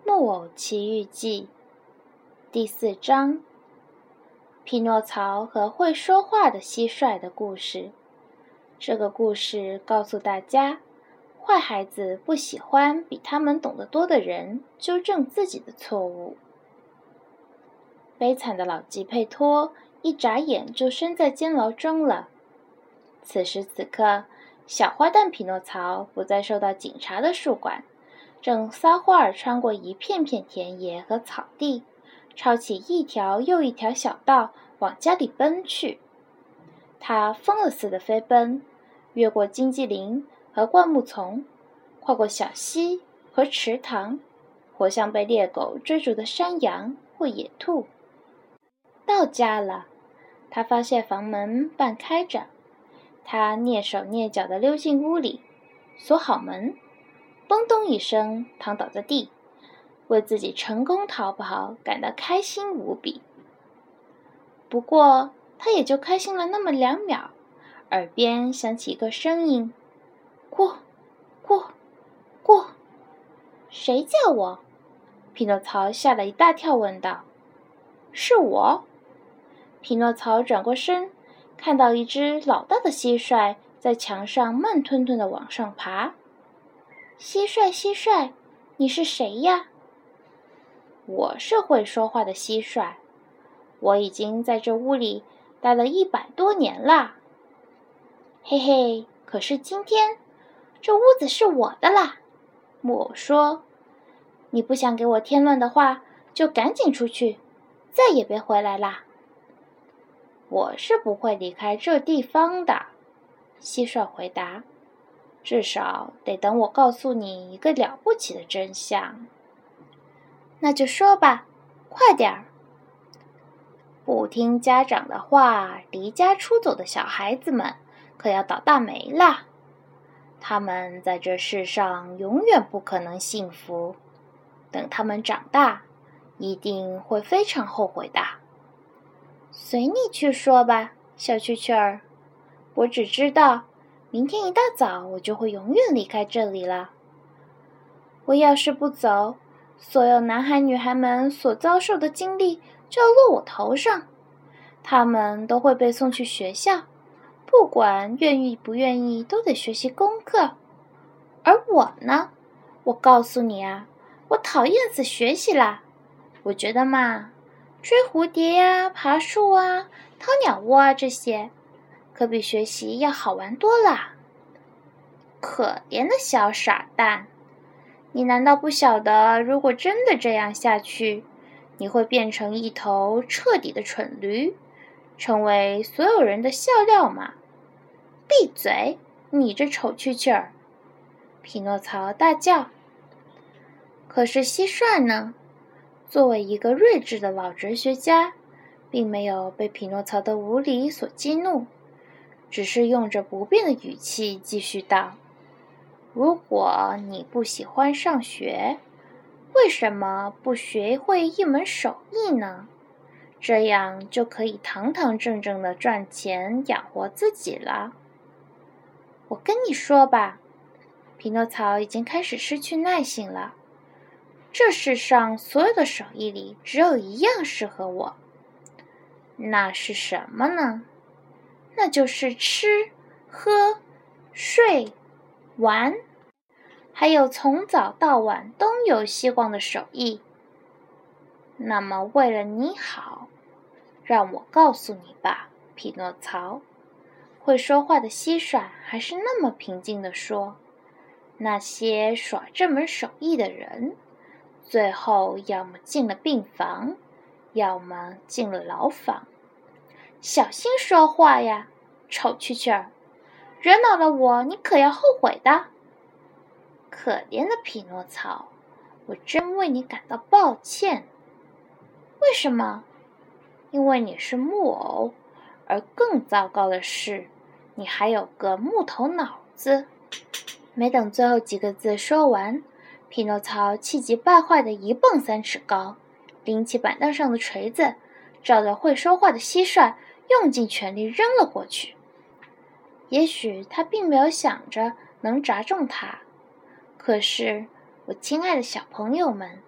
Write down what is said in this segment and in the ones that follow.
木偶奇遇记第4章匹诺曹和会说话的蟋蟀的故事。这个故事告诉大家，坏孩子不喜欢比他们懂得多的人纠正自己的错误。悲惨的老吉佩托一眨眼就身在监牢中了。此时此刻，小坏蛋匹诺曹不再受到警察的束管，正撒欢儿穿过一片片田野和草地，抄起一条又一条小道往家里奔去。他疯了似的飞奔，越过荆棘林和灌木丛，跨过小溪和池塘，活像被猎狗追逐的山羊或野兔。到家了，他发现房门半开着，他蹑手蹑脚地溜进屋里，锁好门，嘣咚一声躺倒在地，为自己成功逃跑感到开心无比。不过他也就开心了那么2秒，耳边响起一个声音：咕咕咕。谁叫我？匹诺曹吓了一大跳，问道。是我。匹诺曹转过身，看到一只老大的蟋蟀在墙上慢吞吞地往上爬。蟋蟀，蟋蟀，你是谁呀？我是会说话的蟋蟀，我已经在这屋里待了100多年啦。嘿嘿，可是今天这屋子是我的啦。木偶说，你不想给我添乱的话，就赶紧出去，再也别回来啦。我是不会离开这地方的，蟋蟀回答，至少得等我告诉你一个了不起的真相。那就说吧，快点儿。不听家长的话，离家出走的小孩子们可要倒大霉啦。他们在这世上永远不可能幸福，等他们长大，一定会非常后悔的。随你去说吧，小蛐蛐儿。我只知道，明天一大早我就会永远离开这里了。我要是不走，所有男孩女孩们所遭受的经历就要落我头上，他们都会被送去学校，不管愿意不愿意都得学习功课。而我呢，我告诉你啊，我讨厌死学习啦。我觉得嘛，追蝴蝶呀、爬树啊、掏鸟窝啊这些，可比学习要好玩多啦。可怜的小傻蛋，你难道不晓得，如果真的这样下去，你会变成一头彻底的蠢驴，成为所有人的笑料吗？闭嘴，你这丑蛐蛐儿！匹诺曹大叫。可是蟋蟀呢？作为一个睿智的老哲学家，并没有被匹诺曹的无理所激怒，只是用着不变的语气继续道：如果你不喜欢上学，为什么不学会一门手艺呢？这样就可以堂堂正正地赚钱养活自己了。我跟你说吧，匹诺曹已经开始失去耐性了。这世上所有的手艺里，只有一样适合我。那是什么呢？那就是吃、喝、睡、玩，还有从早到晚东游西逛的手艺。那么为了你好，让我告诉你吧，匹诺曹。会说话的蟋蟀还是那么平静地说，那些耍这门手艺的人，最后要么进了病房，要么进了牢房。小心说话呀，丑蛐蛐儿，惹恼了我，你可要后悔的。可怜的匹诺曹，我真为你感到抱歉。为什么？因为你是木偶，而更糟糕的是，你还有个木头脑子。没等最后几个字说完，匹诺曹气急败坏地1蹦3尺高，拎起板凳上的锤子，照着会说话的蟋蟀用尽全力扔了过去。也许他并没有想着能砸中它，可是，我亲爱的小朋友们，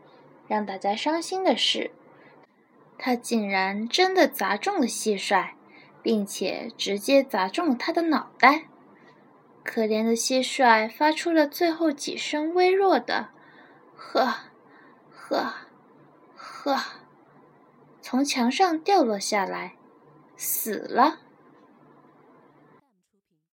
让大家伤心的是，他竟然真的砸中了蟋蟀，并且直接砸中了他的脑袋。可怜的蟋蟀发出了最后几声微弱的“呵呵呵”，从墙上掉落下来，死了。